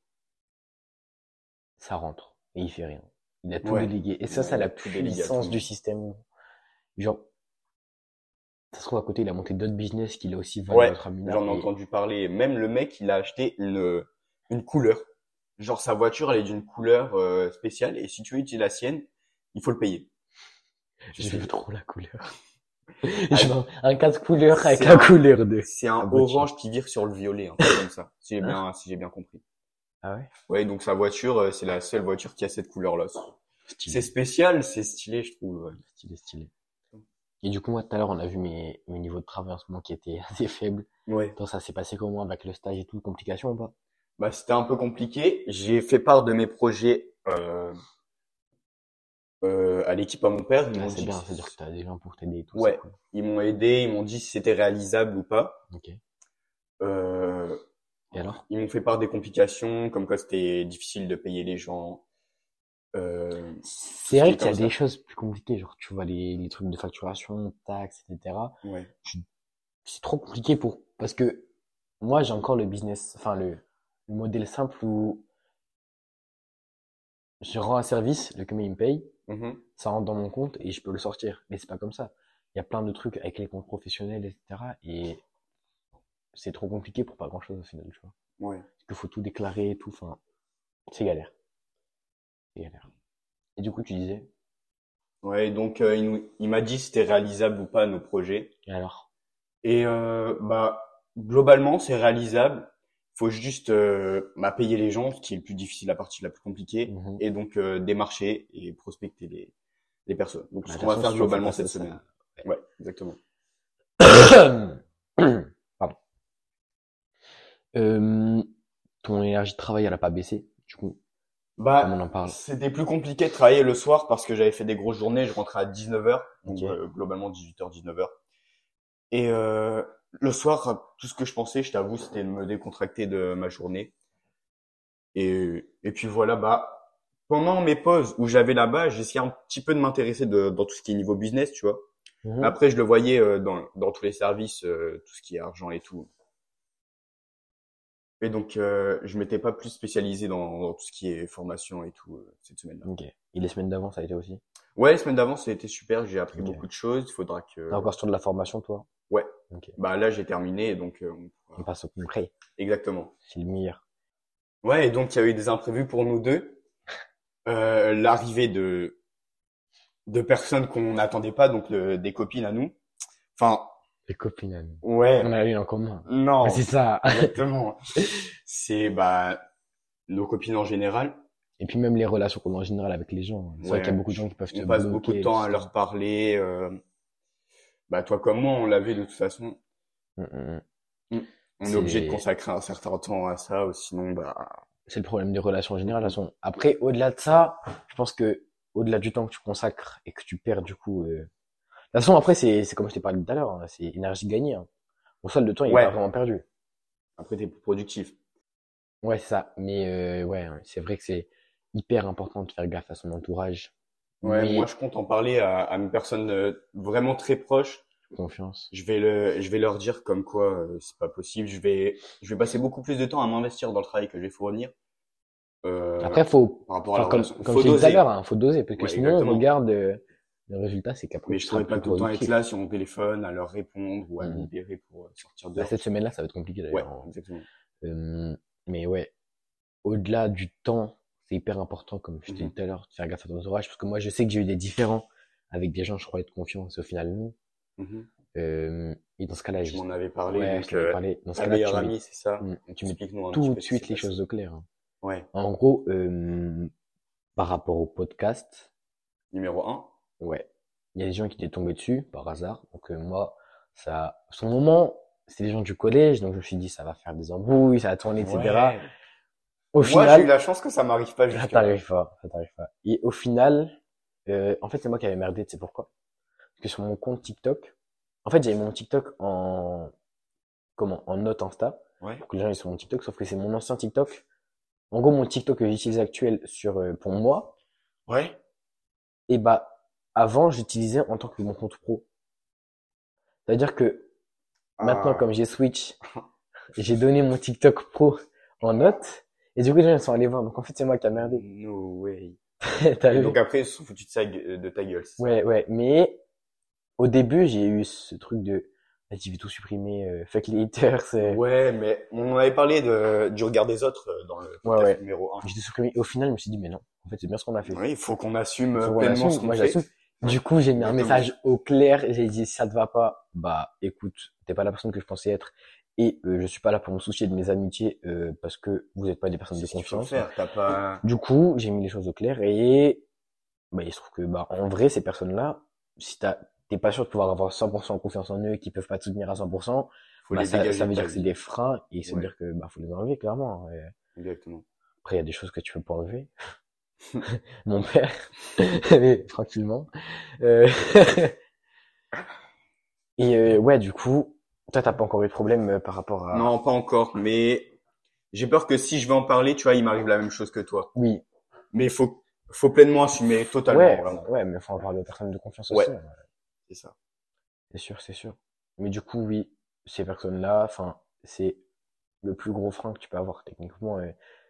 ça rentre et il fait rien. Il a tout Ouais, délégué. Et ça, il c'est a la tout délégué à tout puissance le du monde. système. Genre, ça se trouve à côté, il a monté d'autres business qu'il a aussi vendu à Ouais, d'autres mineurs j'en ai et entendu parler. Même le mec, il a acheté une couleur. Genre sa voiture, elle est d'une couleur spéciale et si tu veux utiliser la sienne, il faut le payer. Je je veux sais. trop la couleur. Ah, Je veux un 4 couleurs avec c'est la un couleur de c'est la un voiture. orange qui vire sur le violet, un truc comme ça. Hein? Si j'ai bien compris. Ah ouais? Ouais, donc sa voiture, c'est la seule voiture qui a cette couleur-là. C'est Stylé, spécial, c'est stylé, je trouve. Ouais. stylé, stylé. Et du coup, moi, tout à l'heure, on a vu mes niveaux de travail en ce moment qui étaient assez faibles. Ouais. Donc, ça s'est passé comment avec le stage et tout, complications ou pas? Bah, c'était un peu compliqué. J'ai fait part de mes projets À l'équipe, à mon père, ils Ah, m'ont c'est dit bien, c'est-à-dire que t'as des gens pour t'aider et tout, c'est ouais, cool. ils m'ont aidé, ils m'ont dit si c'était réalisable ou pas. Ok. Euh, Et alors? Ils m'ont fait part des complications, comme quoi c'était difficile de payer les gens, tout C'est ce qui vrai est qu'il y a comme des ça. choses plus compliquées, genre tu vois les trucs de facturation, taxes, etc. Ouais. Tu- C'est trop compliqué parce que moi j'ai encore le business, enfin le modèle simple où je rends un service, le client il me paye, Mhm. ça rentre dans mon compte et je peux le sortir. Mais c'est pas comme ça. Il y a plein de trucs avec les comptes professionnels, etc. Et c'est trop compliqué pour pas grand chose au final, tu vois. Ouais. Parce qu'il faut tout déclarer et tout, enfin, c'est galère. C'est galère. Et du coup tu disais, Ouais, donc il m'a dit si c'était réalisable ou pas nos projets. et alors? Et bah globalement c'est réalisable. Faut juste payer les gens, ce qui est le plus difficile, la partie la plus compliquée, Mhm. et donc démarcher et prospecter les personnes. Donc Bah, ce de qu'on toute va façon, faire si on fait globalement pas cette ça, semaine. ça... Ouais, exactement. Pardon. Euh, Ton énergie de travail, elle a pas baissé, du coup, comme on en Bah parle. c'était plus compliqué de travailler le soir parce que j'avais fait des grosses journées. Je rentrais à 19h, Ok. donc globalement 18h, 19h. Et le soir, tout ce que je pensais, je t'avoue, c'était de me décontracter de ma journée. Et puis voilà, bah, pendant mes pauses où j'avais là-bas, j'essayais un petit peu de m'intéresser dans tout ce qui est niveau business, tu vois. Mais Mhm. après, je le voyais dans tous les services, tout ce qui est argent et tout. Et donc, je m'étais pas plus spécialisé dans tout ce qui est formation et tout cette semaine-là. Ok. Et les semaines d'avant, ça a été aussi? Ouais, la semaine d'avant, ça a été super. J'ai appris Ok. beaucoup de choses. Il faudra T'es que, encore sur de la formation, toi? ouais. Ok. Bah là, j'ai terminé, donc on On pourra. passe au concret. Exactement. C'est le meilleur. Ouais, et donc il y a eu des imprévus pour nous deux. L'arrivée de personnes qu'on n'attendait pas, donc des copines à nous. Enfin, Les copines, amis. On ouais, a une en commun. Ouais, c'est non, ça. exactement. C'est bah nos copines en général. Et puis même les relations qu'on a en général avec les gens. C'est vrai qu'il y a Ouais, beaucoup de gens qui peuvent on te passe beaucoup de bloquer et tout temps à ça. leur parler. Bah toi comme moi, on l'a vu de toute façon. Mm, mm, mm. Mm. On est obligé de C'est, consacrer un certain temps à ça, ou sinon bah. c'est le problème des relations en général. De toute Mhm. façon. Après, au-delà de ça, je pense que au-delà du temps que tu consacres et que tu perds du coup, de toute façon après c'est comme je t'ai parlé tout à l'heure, hein, c'est énergie gagnée. Hein. Au sol de temps, il est pas Ouais. vraiment perdu. Après t'es plus productif. Ouais, c'est ça. Mais ouais, hein, c'est vrai que c'est hyper important de faire gaffe à son entourage. Ouais, moi Mais je compte en parler à une personne vraiment très proche. confiance. Je vais leur dire comme quoi c'est pas possible. Je vais passer beaucoup plus de temps à m'investir dans le travail que je vais fournir euh, Après, par rapport à enfin la relation. comme Faut je t'ai dit tout à l'heure, doser. hein, faut doser parce que Ouais, sinon, exactement. regarde le résultat, c'est qu'après Mais tu je seras pourrais pas plus tout le temps être productif. là sur mon téléphone à leur répondre ou à me Mhm. libérer pour sortir Bah, dehors, cette tu vois. semaine-là, ça va être compliqué Ouais, d'ailleurs. Hein. exactement. Euh, mais ouais, au-delà du temps, c'est hyper important, comme je t'ai dit Mhm, tout à l'heure, de faire gaffe à ton entourage parce que moi, je sais que j'ai eu des différends avec des gens, je croyais de confiance, et au final, non. mhm. Et dans ce cas-là, Tu m'en juste, avais parlé, ouais, je donc t'en avais parlé. Dans ce ta cas-là, meilleure amie, c'est ça? Donc tu mets explique-nous un petit tout peu de ce qui s'est suite les passé. choses au clair. Hein. Ouais. En gros, par rapport au podcast, Numéro un. ouais, il y a des gens qui étaient tombés dessus par hasard. Donc moi, ça, son moment, c'est les gens du collège, donc je me suis dit ça va faire des embrouilles, ça va tourner, etc. Ouais. Au Moi, j'ai eu final, la chance que ça m'arrive pas ça jusque-là. t'arrive pas, ça t'arrive pas. Et au final, en fait, c'est moi qui avais merdé, tu sais pourquoi? Parce que sur mon compte TikTok, en fait, j'avais mon TikTok en note Insta, Ouais. pour que les gens aient sur mon TikTok, sauf que c'est mon ancien TikTok. En gros, mon TikTok que j'utilise actuel pour moi, Ouais. et bah, avant, j'utilisais en tant que mon compte pro. C'est-à-dire que maintenant, comme Ah. j'ai switch, j'ai donné mon TikTok pro en note, et du coup, les gens ils sont allés voir. Donc en fait, c'est moi qui a merdé. No way. T'as Et donc vu? après, ils se sont foutus de ta gueule, c'est ça? Ouais, ouais. Mais au début, j'ai eu ce truc de, vas-y, je vais tout supprimer, fuck les haters. Ouais, mais on en avait parlé du regard des autres dans le Ouais, podcast ouais. numéro un. J'ai tout supprimé. Et au final, je me suis dit, mais non. En fait, c'est bien ce qu'on a fait. Oui, il faut qu'on assume Faut qu'on pleinement ce assume. qu'on Moi, fait. j'assume. Du coup, j'ai mis un Exactement. message au clair. J'ai dit, si ça te va pas, bah, écoute, t'es pas la personne que je pensais être. Et je suis pas là pour me soucier de mes amitiés parce que vous n'êtes pas des personnes C'est de ce qu'il faut confiance. faire. T'as pas. Du coup, j'ai mis les choses au clair et bah, il se trouve que bah, en vrai, ces personnes-là, si t'es pas sûr de pouvoir avoir 100% confiance en eux, qu'ils peuvent pas te soutenir à 100%, Faut bah les ça dégager de veut dire ta que c'est vie. des freins et ça veut Ouais, dire que bah faut les enlever clairement. Et exactement. après, il y a des choses que tu peux pas enlever. Mon père, mais tranquillement. Euh, Et ouais, du coup, toi, t'as pas encore eu de problème par rapport à... Non, pas encore, mais j'ai peur que si je vais en parler, tu vois, il m'arrive la même chose que toi. Oui, Mais faut pleinement assumer, totalement, ouais, vraiment. ouais, mais faut en parler aux personnes de confiance Ouais, aussi, hein. c'est ça. C'est sûr, c'est sûr. Mais du coup, oui, ces personnes-là, enfin, c'est le plus gros frein que tu peux avoir techniquement.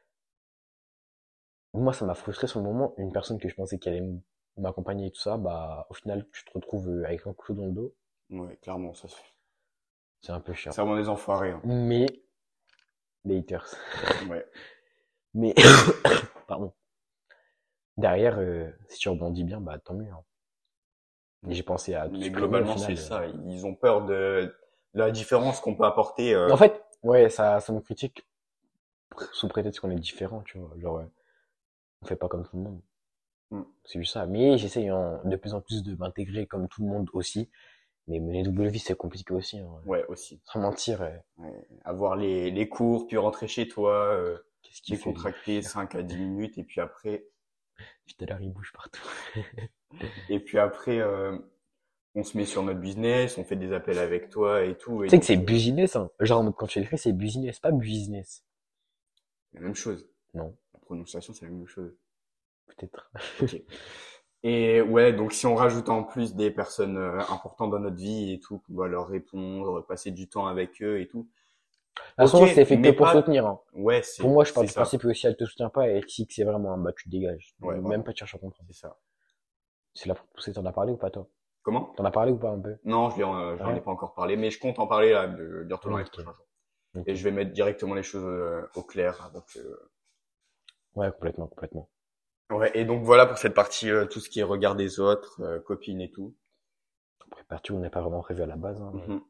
Moi, ça m'a frustré sur le moment. Une personne que je pensais qu'elle allait m'accompagner et tout ça, bah, au final, tu te retrouves avec un couteau dans le dos. Ouais, clairement, ça se fait. C'est un peu chiant. C'est vraiment des enfoirés, hein. Mais, les haters. Ouais. Mais, pardon. Derrière, si tu rebondis bien, bah, tant mieux, hein. J'ai pensé à tout Mais supprimer au globalement, c'est final. ça. Ils ont peur de la différence qu'on peut apporter. En fait, ouais, ça nous critique sous prétexte qu'on est différent, tu vois. Genre, on fait pas comme tout le monde. Hmm. C'est juste ça. Mais j'essaye de plus en plus de m'intégrer comme tout le monde aussi. Mais mener double vie, c'est compliqué aussi, hein. Ouais, aussi. Sans mentir, Ouais. Avoir les cours, puis rentrer chez toi, qu'est-ce qu'il fait, lui? décontracter 5 à 10 minutes, Putain, là, il bouge partout. et puis après, on se met sur notre business, on fait des appels avec toi et tout. Tu Et sais que donc, c'est business, hein. Genre, en mode, quand tu l'écris, c'est business, pas business. la même chose. Non, La prononciation, c'est la même chose. peut-être. Ok. Et ouais, donc si on rajoute en plus des personnes importantes dans notre vie et tout, qu'on doit leur répondre, passer du temps avec eux et tout. De toute Ok, façon, c'est fait que mais pour pas. soutenir, hein. Ouais, Pour moi, je pars c'est du ça. principe que si elle te soutient pas et si que c'est vraiment un bah, tu te dégages. Ouais, Même vraiment, pas de chercher à comprendre. c'est ça. C'est là pour te pousser, t'en as parlé ou pas, toi? Comment? T'en as parlé ou pas un peu? Non, j'en ai Ouais. pas encore parlé, mais je compte en parler là, bientôt dans les Ok, prochains jours. ok. Et je vais mettre directement les choses au clair avant que. Ouais, complètement, complètement. Ouais, et donc voilà pour cette partie, tout ce qui est regard des autres, copines et tout. Après, partout, on n'est pas vraiment prévu à la base, hein. Mhm.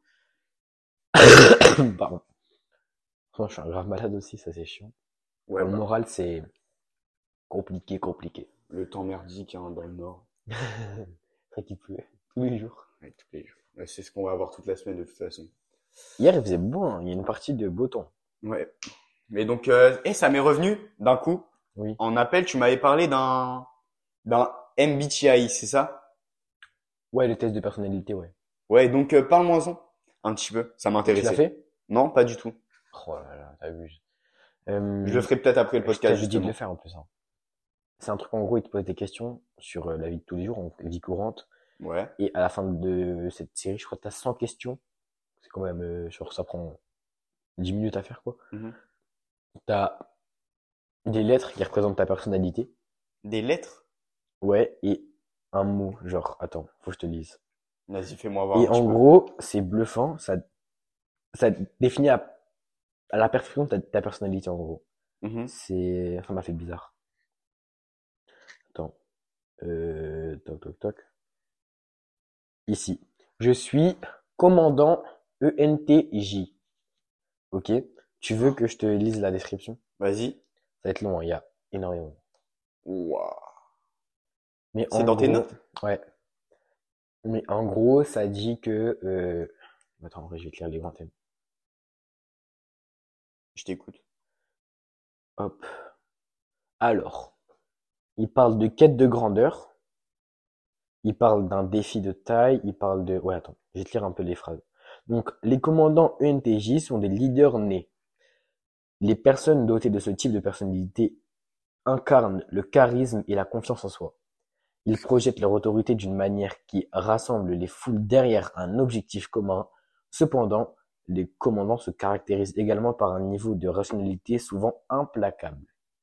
Pardon. Franchement, je suis un grave malade aussi, ça c'est chiant. Ouais, Pour le bah, moral, c'est compliqué, compliqué. le temps merdique hein, dans le Nord. C'est vrai qu'il pleut tous les jours. Ouais, tous les jours. Ouais, c'est ce qu'on va avoir toute la semaine de toute façon. Hier, il faisait beau, hein. Il y a une partie de beau temps. Ouais. Mais donc, ça m'est revenu d'un coup. Oui. En appel, tu m'avais parlé d'un MBTI, c'est ça? Ouais, le test de personnalité, ouais. Ouais, donc parle-moi-en un petit peu. Ça Tu l'as m'intéressait. fait? Non, pas du tout. Oh là là, t'as vu. Je le ferai peut-être après le Je podcast t'avais dit de le justement. faire en plus, hein. C'est un truc, en gros, il te pose des questions sur la vie de tous les jours, en vie courante. Ouais. Et à la fin de cette série, je crois que t'as 100 questions. C'est quand même, ça prend 10 minutes à faire, quoi. Mhm. T'as des lettres qui représentent ta personnalité. Des lettres? Ouais, et un mot, genre, attends, faut que je te lise. Vas-y, fais-moi voir un Et petit en peu. gros, c'est bluffant, ça définit à la perfection ta personnalité, en gros. Mhm. Ça m'a fait bizarre. Attends, toc, toc, toc. Ici. Je suis commandant ENTJ. Ok? Tu veux que je te lise la description? Vas-y. Ça va être long, hein, il y a énormément. Waouh. Mais C'est en dans tes gros, notes? ouais. Mais en gros, ça dit que, attends, en vrai, je vais te lire les grands thèmes. Je t'écoute. Hop. Alors, il parle de quête de grandeur. Il parle d'un défi de taille. Il parle de, ouais, attends, je vais te lire un peu les phrases. Donc, les commandants ENTJ sont des leaders nés. Les personnes dotées de ce type de personnalité incarnent le charisme et la confiance en soi. Ils projettent leur autorité d'une manière qui rassemble les foules derrière un objectif commun. Cependant, les commandants se caractérisent également par un niveau de rationalité souvent implacable.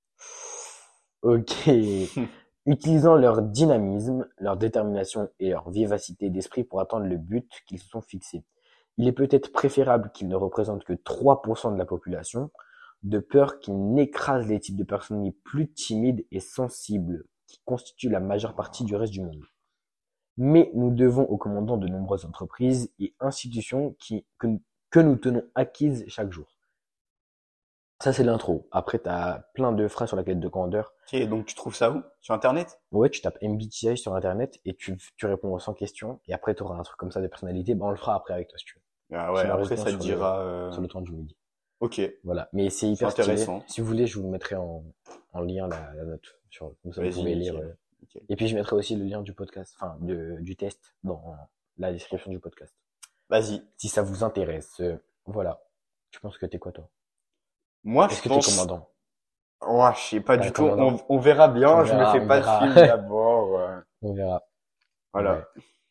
Ok. Utilisant leur dynamisme, leur détermination et leur vivacité d'esprit pour atteindre le but qu'ils se sont fixés. Il est peut-être préférable qu'ils ne représentent que 3% de la population, de peur qu'ils n'écrasent les types de personnes les plus timides et sensibles, qui constituent la majeure partie du reste du monde. Mais nous devons aux commandants de nombreuses entreprises et institutions que nous tenons acquises chaque jour. Ça, c'est l'intro. Après, t'as plein de phrases sur la quête de grandeur. Ok, donc tu trouves ça où? Sur Internet? Ouais, tu tapes MBTI sur Internet et tu réponds aux 100 questions. Et après, tu auras un truc comme ça de personnalité. Ben, on le fera après avec toi, si tu veux. Ah ouais, après ça te dira. Sur le temps du midi. Ok, Voilà. Mais c'est c'est hyper stylé. intéressant. Si vous voulez, je vous le mettrai en en lien la note. Comme ça, vous Vas-y, pouvez lire. nickel. Nickel. Et puis, je mettrai aussi le lien du podcast, enfin, du test dans la description du podcast. Vas-y. Si ça vous intéresse. Voilà. Tu penses que t'es quoi, toi? Moi, Est-ce je que pense... t'es commandant? Ouais, je sais pas Ouais, du tout. commandant. On verra bien. On Je me verra, fais on pas de verra. film d'abord. On verra. Voilà. Ouais.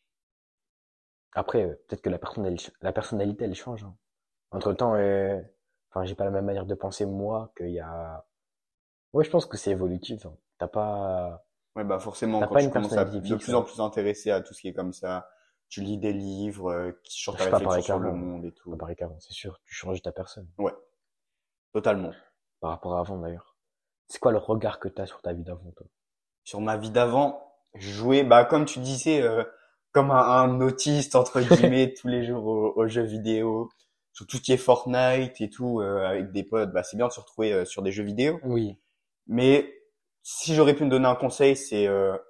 Après, peut-être que la personnalité, elle change. Hein. Entre-temps, enfin, j'ai pas la même manière de penser, moi, qu'il y a... Ouais, je pense que c'est évolutif. Hein. Ouais, bah forcément, T'as quand pas tu une commences à personnalité de fixe. plus en plus intéresser à tout ce qui est comme ça, tu lis des livres qui sur Je ta suis pas réflexion pareil sur le qu'avant. monde et Pas tout. pareil qu'avant, c'est sûr. Tu changes ta personne. Ouais, totalement. Par rapport à avant, d'ailleurs. C'est quoi le regard que t'as sur ta vie d'avant, toi? Sur ma vie d'avant, je jouais, bah comme tu disais, comme un autiste entre guillemets tous les jours aux jeux vidéo, sur tout ce qui est Fortnite et tout, avec des potes. Bah c'est bien de se retrouver sur des jeux vidéo. Oui. Mais si j'aurais pu me donner un conseil, c'est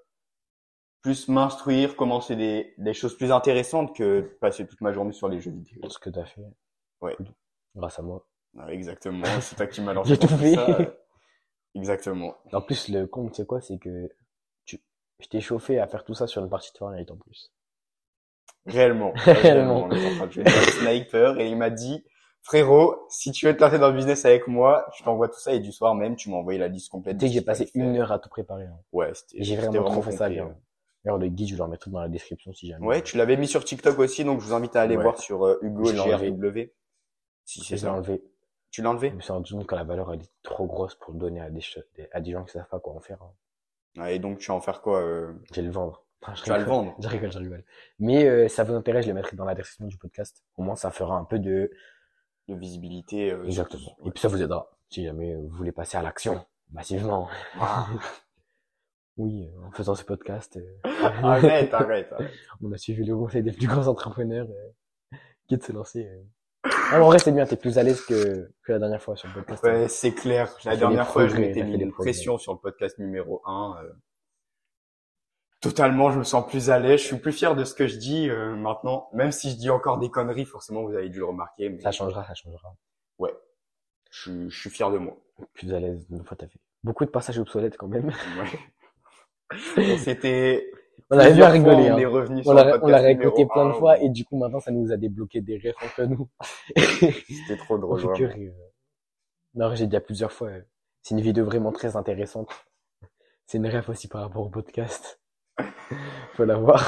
plus m'instruire, commencer des choses plus intéressantes que de passer toute ma journée sur les jeux vidéo. Ce que t'as fait. Ouais. Grâce à moi. Ouais, exactement. C'est toi qui m'as lancé J'ai dans tout tout fait. ça. Exactement. En plus, le compte, c'est quoi? C'est que je t'ai chauffé à faire tout ça sur une partie de Fortnite en plus. Réellement. Réellement. On est en train de jouer à Sniper et il m'a dit, frérot, si tu veux te lancer dans le business avec moi, je t'envoie tout ça et du soir même, tu m'as envoyé la liste complète. Tu sais que j'ai de ce qu'il passé fallait faire. 1 heure à tout préparer. Hein. Ouais, Et j'ai c'était vraiment trop fait ça complet, bien. hein. D'ailleurs, le guide, je le remettrai dans la description si jamais. Ouais, tu l'avais mis sur TikTok aussi, donc je vous invite à aller Ouais. voir sur Hugo Je l'ai enlevé. GRW. Si c'est Je l'ai ça. enlevé. Tu l'as enlevé? Je me suis rendu compte que la valeur, elle est trop grosse pour le donner à des gens qui savent pas quoi en faire. Hein. Ouais, et donc tu vas en faire quoi Je vais le vendre. Enfin, Tu vas le vendre. Je rigole. Mais ça vous intéresse, je le mettrai dans la description du podcast. Au moins, ça fera un peu de... De visibilité. Exactement. Ouais. Et puis ça vous aidera. Si jamais vous voulez passer à l'action, massivement. Ah. Oui, en faisant ce podcast, Arrête. on a suivi le conseil des plus grands entrepreneurs qui est de se lancer. Ah, en vrai, c'est bien, t'es plus à l'aise que la dernière fois sur le podcast. Ouais, c'est clair. La fait dernière des fois, je progrès, m'étais t'as mis fait des une progrès. pression sur le podcast numéro 1. Totalement, je me sens plus à l'aise. Je suis plus fier de ce que je dis maintenant. Même si je dis encore des conneries, forcément, vous avez dû le remarquer. Mais Ça changera. ouais, je suis fier de moi. Plus à l'aise, une fois t'as fait. Beaucoup de passages obsolètes quand même. Ouais. Et c'était... On avait bien rigolé. On est Hein. revenu sur On le l'a podcast réécouté numéro plein 1, de fois où et du coup maintenant ça nous a débloqué des refs entre nous. C'était trop On drôle. fait que Vraiment. rire. Non, j'ai dit à plusieurs fois. C'est une vidéo vraiment très intéressante. C'est une ref aussi par rapport au podcast. Faut la voir.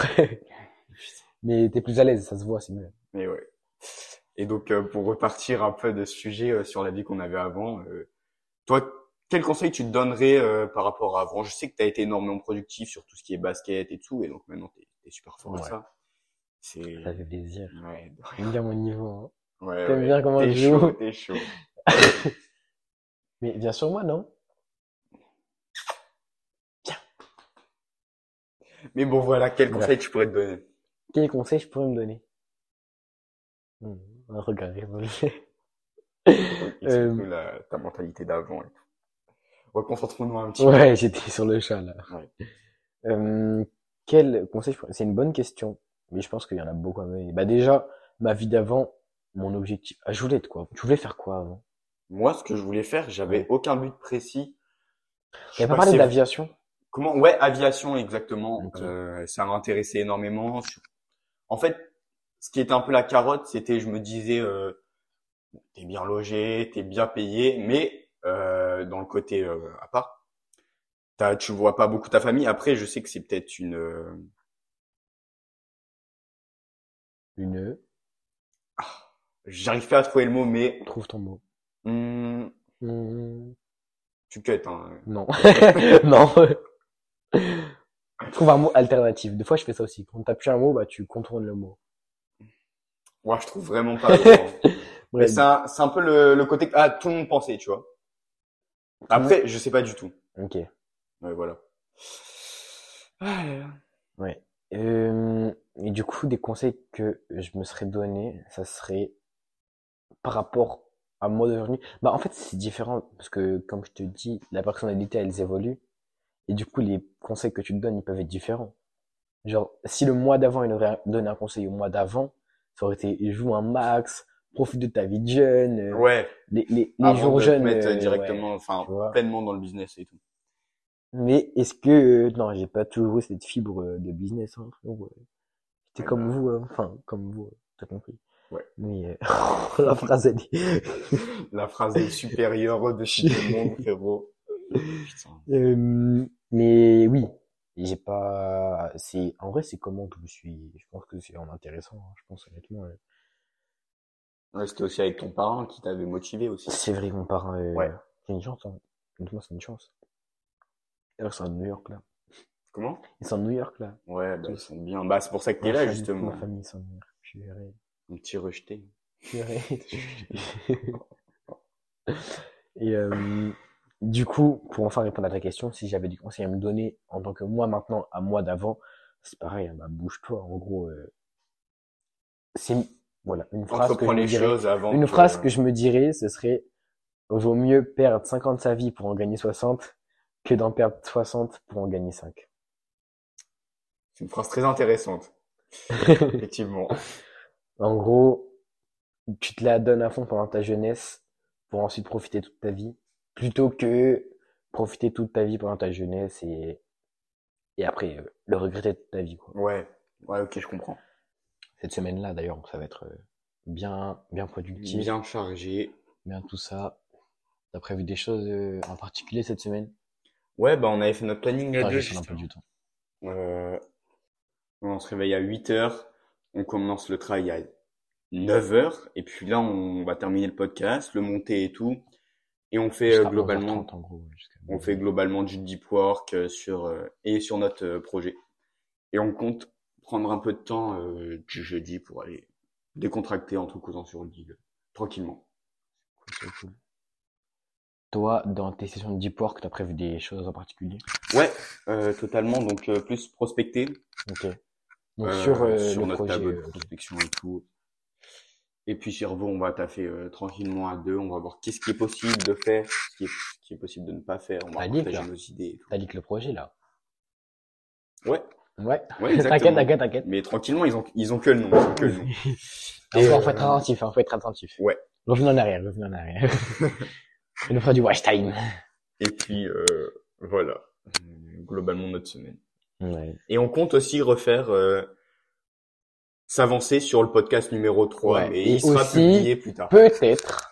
Mais t'es plus à l'aise, ça se voit, c'est mieux. Mais ouais. Et donc, pour repartir un peu de ce sujet sur la vie qu'on avait avant, toi, quel conseil tu te donnerais par rapport à avant? Je sais que tu as été énormément productif sur tout ce qui est basket et tout, et donc maintenant, t'es super fort à Ouais. ça. C'est... Ça fait plaisir. Ouais, J'aime bien mon niveau. Hein. ouais, T'aimes bien comment t'es je joue? chaud, t'es chaud. Mais viens sur moi, non? Mais bon, voilà, quel Bref. conseil tu pourrais te donner? Quel conseil je pourrais me donner? Un regard révolu. Explique-nous ta mentalité d'avant. Et tout. Reconcentrons-nous un petit peu. Ouais, j'étais sur le chat là. Ouais. Quel conseil je pourrais... C'est une bonne question, mais je pense qu'il y en a beaucoup à mener. Bah déjà, ma vie d'avant, mon objectif... Ah, je voulais être quoi? Je voulais faire quoi avant? Moi, ce que je voulais faire, j'avais Ouais. aucun but précis. Tu n'avais pas parlé d'aviation? Comment? Ouais, aviation, exactement. Ok. Ça m'intéressait énormément. En fait, ce qui était un peu la carotte, c'était, je me disais, t'es bien logé, t'es bien payé, mais dans le côté à part, tu vois pas beaucoup ta famille. Après, je sais que c'est peut-être Une... j'arrive pas à trouver le mot, mais Trouve ton mot. tu cut, hein. Non. Non. Trouve un mot alternatif. Des fois, je fais ça aussi. Quand t'appuies un mot, bah, tu contournes le mot. Moi, je trouve vraiment pas. Vraiment. Mais Ouais. c'est un peu le côté que tout le monde pensait, tu vois. Après, je sais pas du tout. Ok. Ouais, voilà. Ouais. Et du coup, des conseils que je me serais donné, ça serait par rapport à moi d'aujourd'hui. Bah, en fait, c'est différent parce que, comme je te dis, la personnalité, elles évoluent. Et du coup, les conseils que tu te donnes, ils peuvent être différents. Genre, si le mois d'avant, il aurait donné un conseil au mois d'avant, ça aurait été, joue un max, profite de ta vie de jeune. Ouais. Les Avant jours de te jeunes. mettre directement, enfin, tu vois. pleinement dans le business et tout. Mais est-ce que non, j'ai pas toujours eu cette fibre de business. Hein, frérot. J'étais Ouais, comme bah, vous, enfin comme vous, t'as compris. ouais. Mais la phrase elle est. La phrase est supérieure de chez tout le monde, frérot. Putain. Mais oui, j'ai pas. C'est en vrai, c'est comment que je suis. Je pense que c'est en intéressant. Hein, je pense honnêtement. Ouais, c'était aussi avec ton parrain qui t'avait motivé aussi. C'est vrai qu'on part. Ouais. C'est une chance. Hein. Honnêtement, c'est une chance. D'ailleurs, c'est à New York là. Comment? Ils sont à New York là. Ouais, bah, Tous. ils sont bien. Bah, c'est pour ça que t'es Ma là, famille, justement. ma famille, ils sont à New York. Je verrai. Un petit rejeté. Je verrai. Et du coup, pour enfin répondre à ta question, si j'avais des conseils à me donner en tant que moi maintenant à moi d'avant, c'est pareil, hein, bah, bouge-toi. En gros, c'est voilà une phrase que je Entreprends me les dirais. choses avant Une phrase que je me dirais, ce serait vaut mieux perdre 50 de sa vie pour en gagner 60 que d'en perdre 60 pour en gagner 5. C'est une phrase très intéressante. Effectivement. En gros, tu te la donnes à fond pendant ta jeunesse pour ensuite profiter toute ta vie, plutôt que profiter toute ta vie pendant ta jeunesse et après le regretter toute ta vie, quoi. Ouais. Ouais, ok, je comprends. Cette semaine-là, d'ailleurs, ça va être bien productif, Bien chargé. bien tout ça. T'as prévu des choses en particulier cette semaine? Ouais, bah, on avait fait notre planning les Enfin, deux, je sais un peu justement. du temps. On se réveille à 8 heures. On commence le travail à 9 heures. Et puis là, on va terminer le podcast, le monter et tout. Et on fait Jusqu'à globalement, 11h30 en gros. Jusqu'à on fait globalement du deep work sur notre projet. Et on compte prendre un peu de temps du jeudi pour aller décontracter entre cousins sur le deal, tranquillement. C'est cool. Toi, dans tes sessions de deep work, t'as prévu des choses en particulier? Ouais, totalement. Donc plus prospecter Ok. Donc sur le notre projet. tableau de prospection et tout. Et puis sur vous, on va taffer tranquillement à deux. On va voir qu'est-ce qui est possible de faire, ce qui est possible de ne pas faire. On va T'as dit, partager là. nos idées et tout. T'as dit que le projet là. Ouais, Ouais. ouais, exactement. T'inquiète. Mais tranquillement, ils ont que le nom. Ils ont que le nom. Encore, faut être attentif, hein, faut être attentif. Ouais. Revenez en arrière. Une fois du watch time. Et puis voilà, globalement notre semaine. Ouais. Et on compte aussi refaire s'avancer sur le podcast numéro 3, Ouais. mais Et il sera aussi, publié plus tard. Peut-être,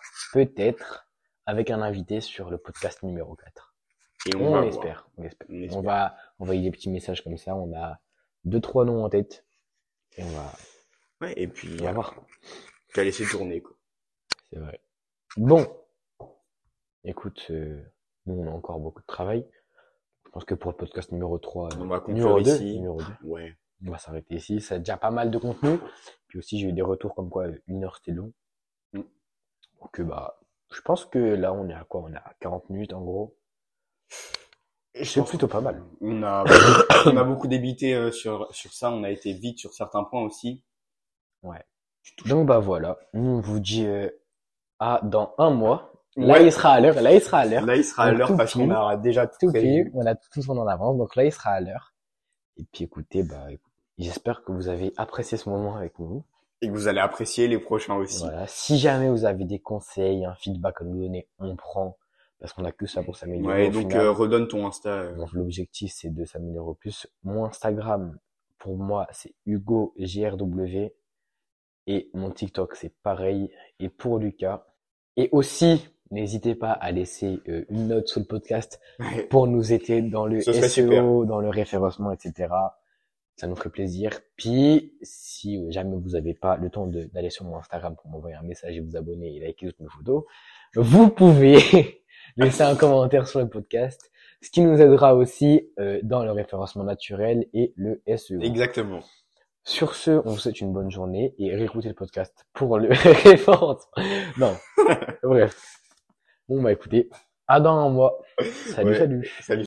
avec un invité sur le podcast numéro 4. Et On va l'espère, voir. on espère. va envoyer des petits messages comme ça, on a 2-3 noms en tête. Et Ouais, et puis on va voir. qu'à laisser tourner, quoi. C'est vrai. Bon. Écoute, nous on a encore beaucoup de travail. Je pense que pour le podcast numéro 3, On va numéro conclure 2, ici. numéro 2. Ouais. On va s'arrêter ici. Ça a déjà pas mal de contenu. Puis aussi, j'ai eu des retours comme quoi 1 heure c'était long. Donc, je pense que là, on est à quoi? On est à 40 minutes en gros. C'est plutôt pas mal. On a beaucoup débité sur ça. On a été vite sur certains points aussi. Ouais. Donc, voilà. Nous, on vous dit dans 1 mois. Ouais. Là, il sera à l'heure. Là, il sera à l'heure parce qu'on a déjà tout prévu. pile. On a tout son en avance. Donc là, il sera à l'heure. Et puis, écoutez, j'espère que vous avez apprécié ce moment avec nous. Et que vous allez apprécier les prochains aussi. Voilà. Si jamais vous avez des conseils, un feedback à nous donner, on prend. Parce qu'on a que ça pour s'améliorer. Ouais, donc redonne ton Insta. Donc l'objectif c'est de s'améliorer au plus. Mon Instagram, pour moi, c'est HugoGRW. Et mon TikTok, c'est pareil. Et pour Lucas. Et aussi, n'hésitez pas à laisser une note sur le podcast pour nous aider dans le SEO, super. dans le référencement, etc. Ça nous ferait plaisir. Puis, si jamais vous n'avez pas le temps d'aller sur mon Instagram pour m'envoyer un message et vous abonner et liker toutes mes photos, vous pouvez laisser un commentaire sur le podcast, ce qui nous aidera aussi dans le référencement naturel et le SEO. Exactement. Sur ce, on vous souhaite une bonne journée et réécoutez le podcast pour le référencement. Non, bref. Bon, écoutez, à dans 1 mois. Salut. Salut.